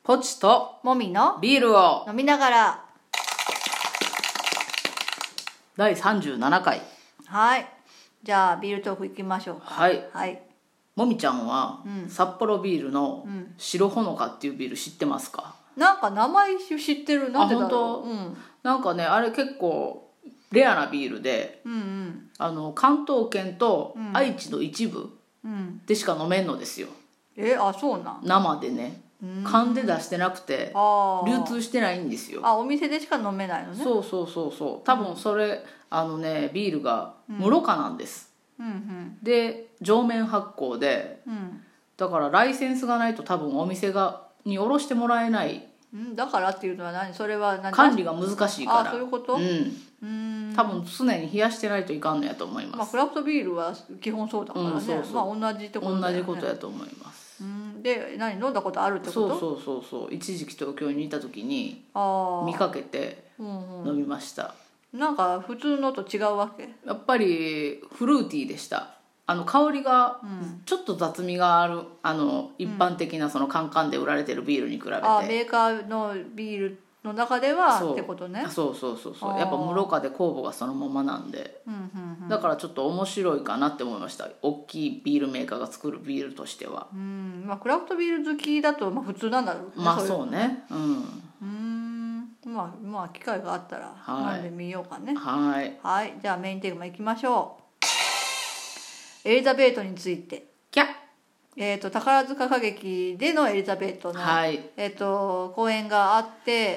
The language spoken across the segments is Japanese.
ポチともみのビールを飲みながら。 第37回。 はい、じゃあビールトークいきましょうか。 はい、 はい、 もみちゃんは、札幌ビールの白ほのかっていうビール知ってますか？ なんか名前知ってる。なんでだろう。 なんかね、あれ結構レアなビールで、関東圏と愛知の一部でしか飲めんのですよ。 あ、そうなん。 生でね、缶で出してなくて流通してないんですよ。 お店でしか飲めないのね。 そう多分それ、ビールが無加なんです、で上面発酵で、だからライセンスがないと多分お店に卸してもらえない。 だからっていうのは何？それは何？ 管理が難しいから。 そういうこと。 多分常に冷やしてないといかんのやと思います。 クラフトビールは基本そうだからね。同じってことだよね。 同じことやと思います。 で飲んだことあるってこと？ そう一時期東京にいた時に見かけて飲みました。 なんか普通のと違うわけ？ やっぱりフルーティーでした。香りがちょっと雑味がある、一般的なそのカンカンで売られてるビールに比べて、 メーカーのビールの中ではってことね。 そうやっぱ無加で酵母がそのままなんで、だからちょっと面白いかなって思いました。大きいビールメーカーが作るビールとしては。 クラフトビール好きだと普通なんだろうね。 そうね。 機会があったら飲んでみようかね。 はい、 じゃあメインテーマいきましょう。エリザベートについて。 キャ宝塚歌劇でのエリザベートの、公演があって、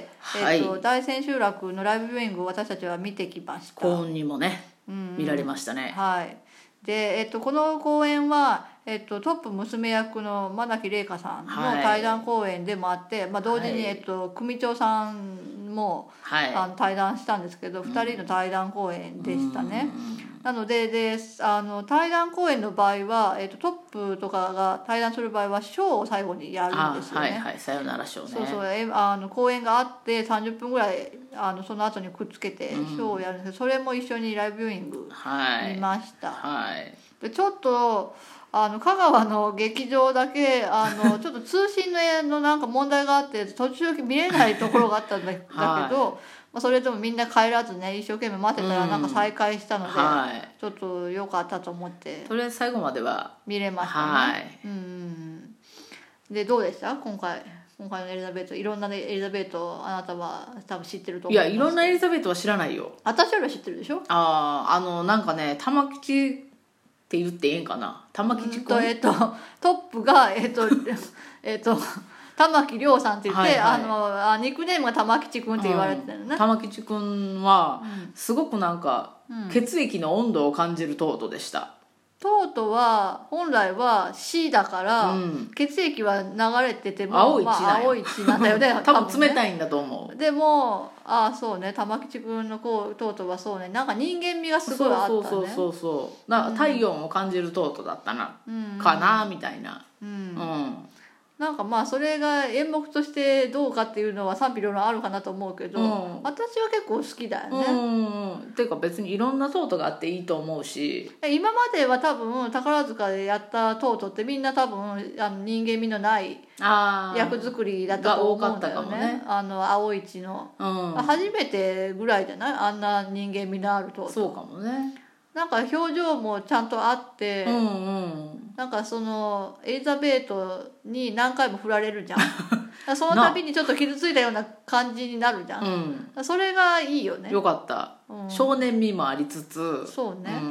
大千秋楽のライブビューイングを私たちは見てきました。 幸運にもね、見られましたね。 で、この公演は、トップ娘役の真木玲香さんの対談公演でもあって、同時に、組長さんも、対談したんですけど、2人の対談公演でしたね。なので対談公演の場合は、トップとかが対談する場合はショーを最後にやるんですよね。 さよならショーね。 公演があって30分ぐらいその後にくっつけてショーをやるんですけど、それも一緒にライブビューイング見ました。でちょっと香川の劇場だけちょっと通信のなんか問題があって途中見れないところがあったんだけど、それでもみんな帰らずね、一生懸命待ってたらなんか再開したので、ちょっと良かったと思ってとりあえず最後までは見れましたね。でどうでした？今回のエリザベート。いろんなエリザベートあなたは多分知ってると思います。 いろんなエリザベートは知らないよ。 私よりは知ってるでしょ。 なんかね、玉吉って言っていいんかな。玉吉君、 トップが玉木亮さんって言って、ニックネームが玉吉君って言われてるね。 玉吉君はすごくなんか、血液の温度を感じるトートでした。 トートは本来は C だから、血液は流れてても青い血なんだよね。 多分冷たいんだと思う。 でもそうね、玉吉君のトートはそうね、なんか人間味がすごいあったね。 そう体温を感じるトートだったな、かなみたいな。 なんかそれが演目としてどうかっていうのは賛否両論あるかなと思うけど、私は結構好きだよね。 っていうか別にいろんなトートがあっていいと思うし、 今までは多分宝塚でやったトートってみんな多分人間味のない役作りだったと思うんだよね。青い血の、初めてぐらいじゃない？あんな人間味のあるトート。 そうかもね。 なんか表情もちゃんとあって、なんかそのエリザベートに何回も振られるじゃん。その度にちょっと傷ついたような感じになるじゃん。それがいいよね。 よかった。少年味もありつつ。 そうね。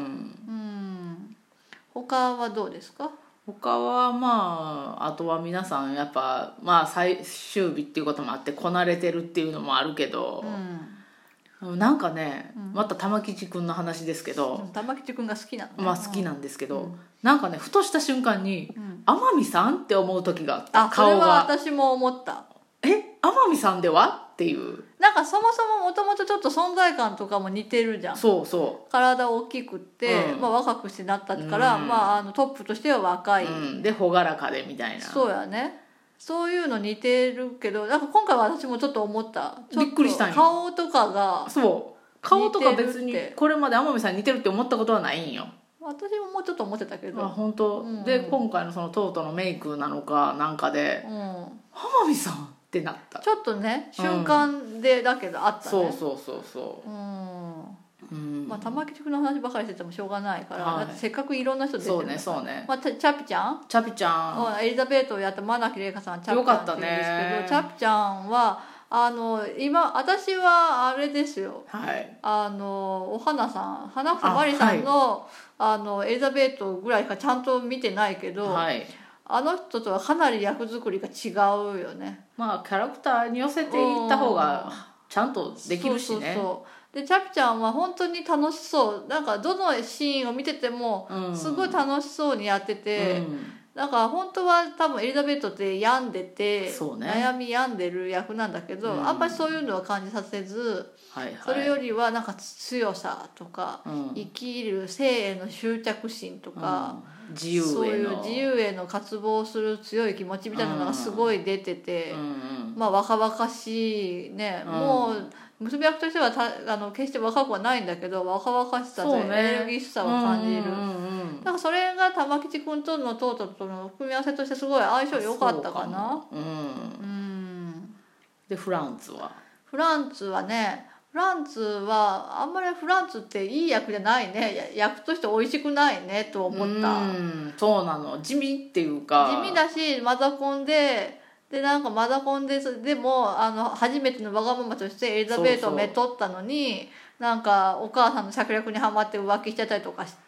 他はどうですか？ 他はあとは皆さんやっぱ最終日っていうこともあってこなれてるっていうのもあるけど、なんかね、また玉吉くんの話ですけど、 玉吉くんが好きなのね。 好きなんですけど、なんかね、ふとした瞬間に天海さんって思う時があった。 それは私も思った。 天海さんではっていう。 なんかそもそももともとちょっと存在感とかも似てるじゃん。体大きくって、若くしてなったから、トップとしては若い、 で朗らかでみたいな。 そうやね。そういうの似てるけど、なんか今回は私もちょっと思った。 びっくりしたんよ。 顔とかが顔とか別にこれまで天海さんに似てるって思ったことはないんよ。 私ももうちょっと思ってたけど。 本当、で今回のそのトートのメイクなのかなんかで、天海さんっってなった。 ちょっとね瞬間でだけどあったね、 そうまあ玉木地区の話ばかりしててもしょうがないから、だってせっかくいろんな人出てるから。 そうね、 まあ、チャピちゃんエリザベートをやった真木玲香さんチャピちゃんって言うんですけど、チャピちゃんは今私はあれですよ、お花さん花房まりさんの、エリザベートぐらいかちゃんと見てないけど、あの人とはかなり役作りが違うよね。 まあキャラクターに寄せていった方がちゃんとできるしね。 でチャピちゃんは本当に楽しそう、なんかどのシーンを見ててもすごい楽しそうにやってて、だから本当は多分エリザベートって病んでて、悩み病んでる役なんだけど、あんまりそういうのは感じさせず、それよりはなんか強さとか、生きる生への執着心とか、そういう自由への渇望する強い気持ちみたいなのがすごい出てて、まあ若々しいね、もう娘役としては決して若くはないんだけど、若々しさとエネルギッシュさを感じる。だからそれが玉吉君とのトートとの組み合わせとしてすごい相性良かったかな。 でフランツはあんまりフランツっていい役じゃないね、役として美味しくないねと思った。 そうなの、地味っていうか地味だしマザコンでなんかマザコンでも初めてのわがままとしてエリザベートをめとったのに、なんかお母さんの策略にはまって浮気しちゃったりとかして、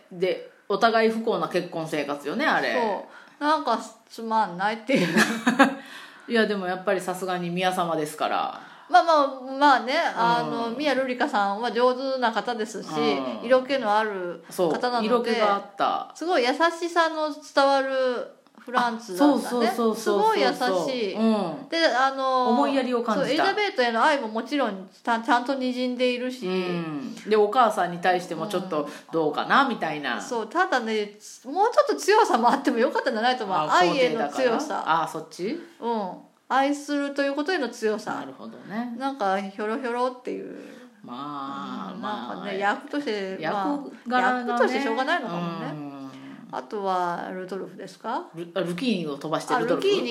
でお互い不幸な結婚生活よねあれ。 そうなんかつまんないっていういやでもやっぱりさすがに宮様ですから。 まあね、宮瑠璃香さんは上手な方ですし、色気のある方なので、 色気があった、 すごい優しさの伝わるフランツだったね。すごい優しい。で思いやりを感じた。 エリザベートへの愛ももちろんちゃんとにじんでいるし、 でお母さんに対してもちょっとどうかなみたいな。 ただねもうちょっと強さもあってもよかったんじゃないと思う。愛への強さ。 そっち？ 愛するということへの強さ。 なるほどね。 なんかひょろひょろっていう。なんかね役として役としてしょうがないのかもね。あとはルドルフですか？ ルキーニを飛ばしてるルドルフ。 ルキー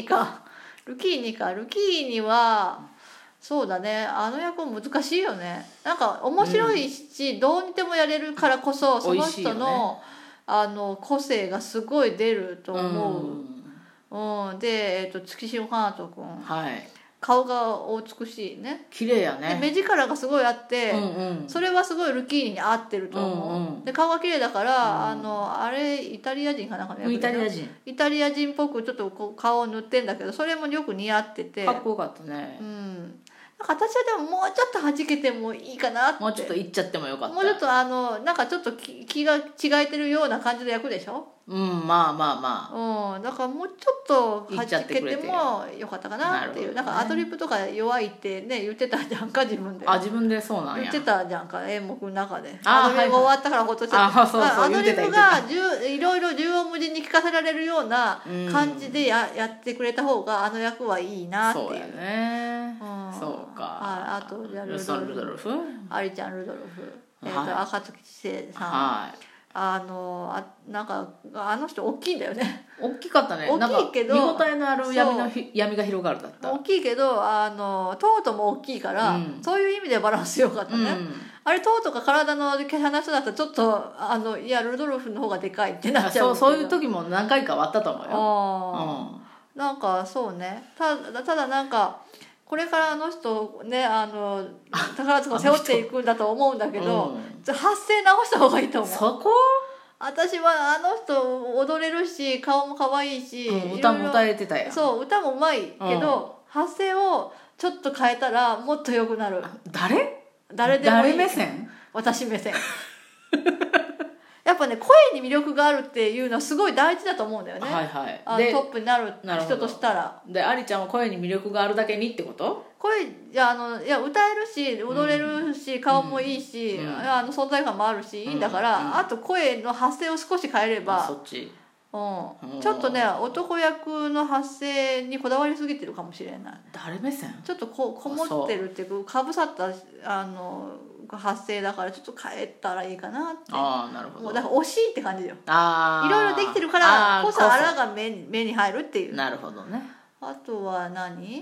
ニはそうだね、あの役も難しいよね。なんか面白いし、どうにでもやれるからこそその人の、個性がすごい出ると思う。で月島花人君、顔がお美しいね、 綺麗やね。 で目力がすごいあって、それはすごいルキーニに合ってると思う。で顔が綺麗だから、あれイタリア人かなんかの役で、イタリア人っぽくちょっと顔を塗ってんだけど、それもよく似合っててかっこよかったね。 私はでももうちょっと弾けてもいいかなって。 もうちょっといっちゃってもよかった。 もうちょっとなんかちょっと気が違えてるような感じの役でしょ。 まあだからもうちょっと弾けてもよかったかなっていう。なんかアドリブとか弱いってね言ってたじゃんか、自分で。 自分でそうなんや。 言ってたじゃんか、演目の中で。アドリブが終わったからほっとしてた。アドリブがいろいろ縦横無尽に聞かせられるような感じでやってくれた方があの役はいいなっていう。 そうやね。そうか。 あとじゃルドルフ、アリちゃんルドルフ、赤月知世さん。なんかあの人大きいんだよね。 大きかったね。 大きいけど見応えのある闇が広がるだった。 大きいけどトートも大きいから、そういう意味でバランス良かったね。あれトートが体の華奢な人だったらちょっといやルドルフの方がでかいってなっちゃう。 そういう時も何回かあったと思うよ。 なんかそうね。ただなんかこれからあの人ね宝塚を背負っていくんだと思うんだけど、発声直した方がいいと思う。 そこ？ 私はあの人踊れるし顔も可愛いし、 歌も歌えてたやん。 そう歌もうまいけど、発声をちょっと変えたらもっと良くなる。誰でもいい。誰目線？私目線。やっぱね声に魅力があるっていうのはすごい大事だと思うんだよね。トップになる人としたら。 でアリちゃんは声に魅力があるだけにってこと？ 声いや歌えるし踊れるし、顔もいいし、存在感もあるしいいんだから、あと声の発声を少し変えれば。 そっち。 ちょっとね男役の発声にこだわりすぎてるかもしれない。 誰目線？ ちょっとこもってるっていうかぶさった発声だからちょっと変えたらいいかなって。 なるほど。 もうだから惜しいって感じよ。いろいろできてるからこそあらが目に入るっていう。 なるほどね。 あとは何？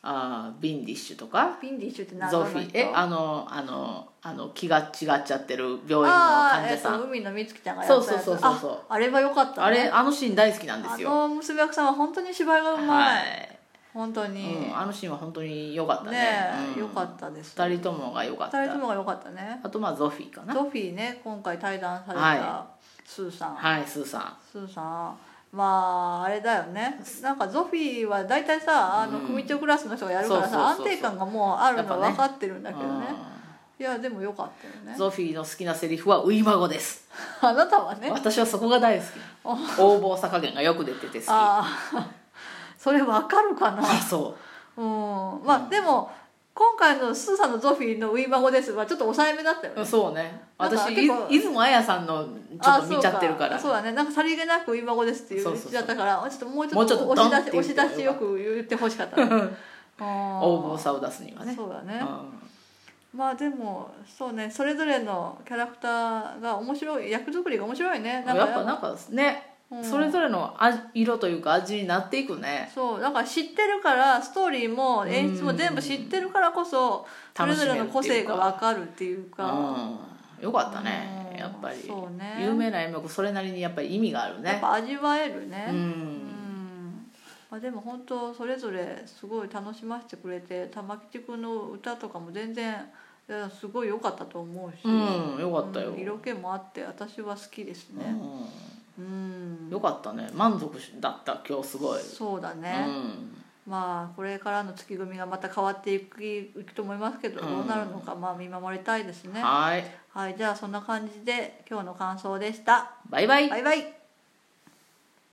ビンディッシュとかビンディッシュって何ゾフィー気が違っちゃってる病院の患者さん、 海野美月ちゃんがやったやつ。 そうあれは良かったね。 あのシーン大好きなんですよ。 娘役さんは本当に芝居がうまい、本当に、 あのシーンは本当に良かったね。 良かったです。 2人ともが良かった。 2人ともが良かったね。 あとゾフィーかな。 ゾフィーね、今回対談されたスーさん。 スーさん。 あれだよね、なんかゾフィーは大体さ組長クラスの人がやるからさ、安定感がもうあるのは分かってるんだけどね。いやでも良かったよね。 ゾフィーの好きなセリフはウイマ語です。 あなたはね。 私はそこが大好き。横暴さ加減がよく出てて好き。 それ分かるかな。 そう。 でも今回のスーさんのゾフィーのウイマ語ですはちょっと抑えめだったよね。 そうね。私出雲彩さんのちょっと見ちゃってるから。 そうだね。なんかさりげなくウイマ語ですって言っちゃったから、ちょっともうちょっと押し出しよく言ってほしかった。 横暴さを出すにはね。 そうだね。でもそうね、それぞれのキャラクターが面白い、役作りが面白いね。 やっぱなんかね。それぞれの色というか味になっていくね。 そうだから知ってるから、ストーリーも演出も全部知ってるからこそそれぞれの個性が分かるっていうか、 よかったね、やっぱり。そうね、有名な演目それなりにやっぱり意味があるね。 やっぱ味わえるね。でも本当それぞれすごい楽しませてくれて、玉吉くんの歌とかも全然すごい良かったと思うし、 よかったよ。 色気もあって私は好きですね。 よかったね、満足だった今日すごい。 そうだね、これからの月組がまた変わっていくと思いますけど、どうなるのか見守りたいですね。はい、じゃあそんな感じで今日の感想でした。 バイバイ。 バイバイ。